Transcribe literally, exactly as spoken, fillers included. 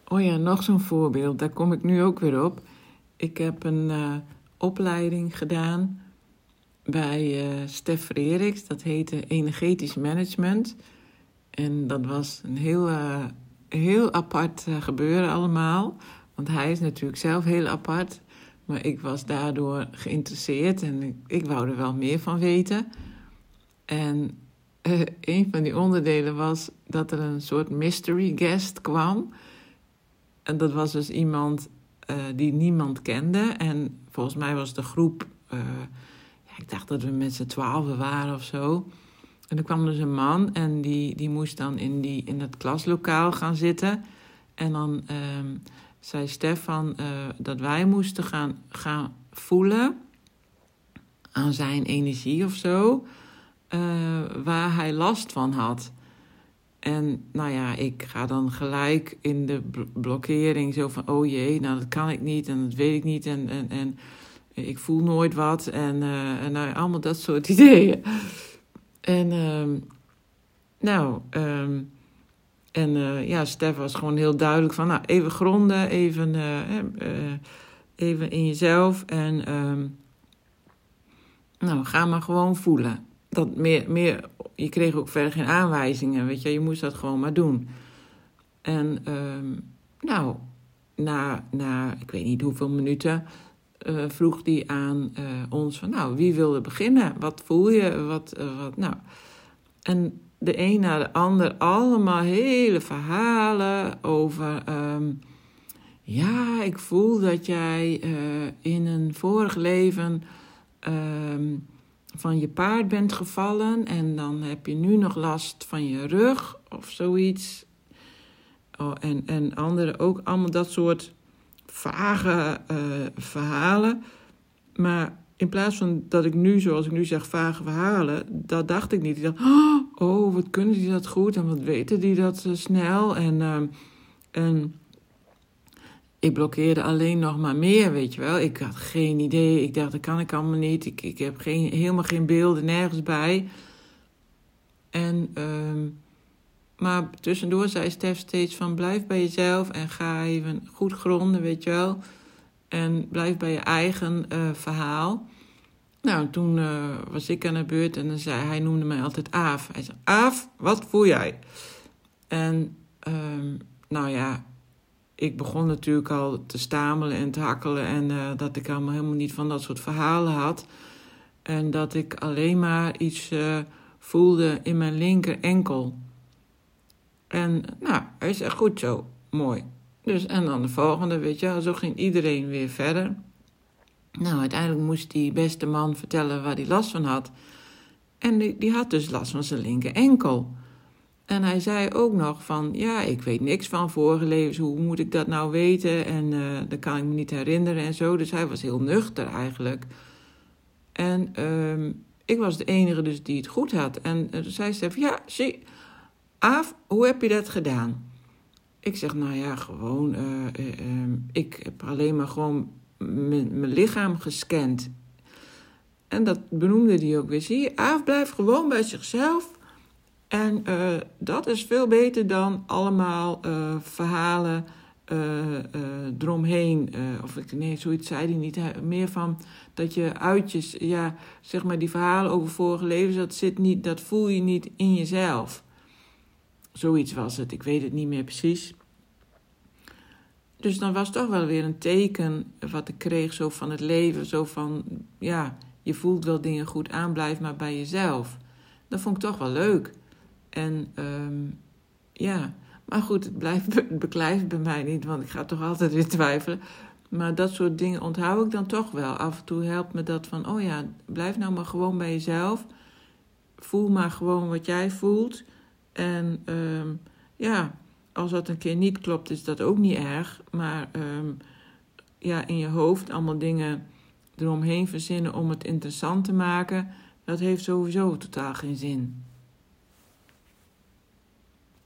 Oh ja, nog zo'n voorbeeld. Daar kom ik nu ook weer op. Ik heb een uh, opleiding gedaan bij uh, Stef Freriks. Dat heette Energetisch Management. En dat was een heel, uh, heel apart uh, gebeuren allemaal. Want hij is natuurlijk zelf heel apart. Maar ik was daardoor geïnteresseerd en ik, ik wou er wel meer van weten. En uh, een van die onderdelen was dat er een soort mystery guest kwam. En dat was dus iemand uh, die niemand kende. En volgens mij was de groep... Uh, ja, ik dacht dat we met z'n twaalfen waren of zo. En er kwam dus een man en die, die moest dan in, die, in het klaslokaal gaan zitten. En dan uh, zei Stefan uh, dat wij moesten gaan, gaan voelen aan zijn energie of zo, uh, waar hij last van had. En nou ja, ik ga dan gelijk in de blokkering zo van, oh jee, nou dat kan ik niet en dat weet ik niet en, en, en ik voel nooit wat en, uh, en nou, allemaal dat soort ideeën. En um, nou, um, en uh, ja, Stef was gewoon heel duidelijk van, nou even gronden, even, uh, uh, even in jezelf en um, nou, ga maar gewoon voelen. Dat meer, meer, je kreeg ook verder geen aanwijzingen, weet je, je moest dat gewoon maar doen. En um, nou, na, na, ik weet niet hoeveel minuten, uh, vroeg hij aan uh, ons van, nou, wie wilde beginnen? Wat voel je? Wat, uh, wat, nou. En de een na de ander, allemaal hele verhalen over, um, ja, ik voel dat jij uh, in een vorig leven um, van je paard bent gevallen en dan heb je nu nog last van je rug of zoiets. Oh, en, en anderen ook allemaal dat soort vage uh, verhalen. Maar in plaats van dat ik nu, zoals ik nu zeg, vage verhalen, dat dacht ik niet. Ik dacht, oh, wat kunnen die dat goed en wat weten die dat uh, snel. En, uh, en ik blokkeerde alleen nog maar meer, weet je wel. Ik had geen idee. Ik dacht, dat kan ik allemaal niet. Ik, ik heb geen, helemaal geen beelden, nergens bij. En... Uh, Maar tussendoor zei Stef steeds van, blijf bij jezelf en ga even goed gronden, weet je wel. En blijf bij je eigen uh, verhaal. Nou, toen uh, was ik aan de beurt en dan zei hij, noemde mij altijd Aaf. Hij zei, Aaf, wat voel jij? En um, nou ja, ik begon natuurlijk al te stamelen en te hakkelen. En uh, dat ik allemaal helemaal niet van dat soort verhalen had. En dat ik alleen maar iets uh, voelde in mijn linker enkel. En nou, hij zei, goed zo, mooi. Dus, en dan de volgende, weet je, zo ging iedereen weer verder. Nou, uiteindelijk moest die beste man vertellen waar hij last van had. En die, die had dus last van zijn linker enkel. En hij zei ook nog van, ja, ik weet niks van vorige levens, hoe moet ik dat nou weten? En uh, dat kan ik me niet herinneren en zo. Dus hij was heel nuchter eigenlijk. En um, ik was de enige dus die het goed had. En uh, zij zei van, ja, zie... Aaf, hoe heb je dat gedaan? Ik zeg, nou ja, gewoon, uh, uh, uh, ik heb alleen maar gewoon mijn lichaam gescand. En dat benoemde hij ook weer. Zie je, Aaf blijft gewoon bij zichzelf. En uh, dat is veel beter dan allemaal uh, verhalen uh, uh, eromheen. Uh, of ik, nee, zoiets zei hij niet. Meer van dat je uitjes, ja, zeg maar die verhalen over vorige levens, dat zit niet, dat voel je niet in jezelf. Zoiets was het, ik weet het niet meer precies. Dus dan was toch wel weer een teken wat ik kreeg zo van het leven. Zo van, ja, je voelt wel dingen goed aan, blijf maar bij jezelf. Dat vond ik toch wel leuk. En um, ja, maar goed, het, blijft, het beklijft bij mij niet, want ik ga toch altijd weer twijfelen. Maar dat soort dingen onthoud ik dan toch wel. Af en toe helpt me dat van, oh ja, blijf nou maar gewoon bij jezelf. Voel maar gewoon wat jij voelt. En um, ja, als dat een keer niet klopt, is dat ook niet erg. Maar um, ja, in je hoofd allemaal dingen eromheen verzinnen om het interessant te maken, dat heeft sowieso totaal geen zin.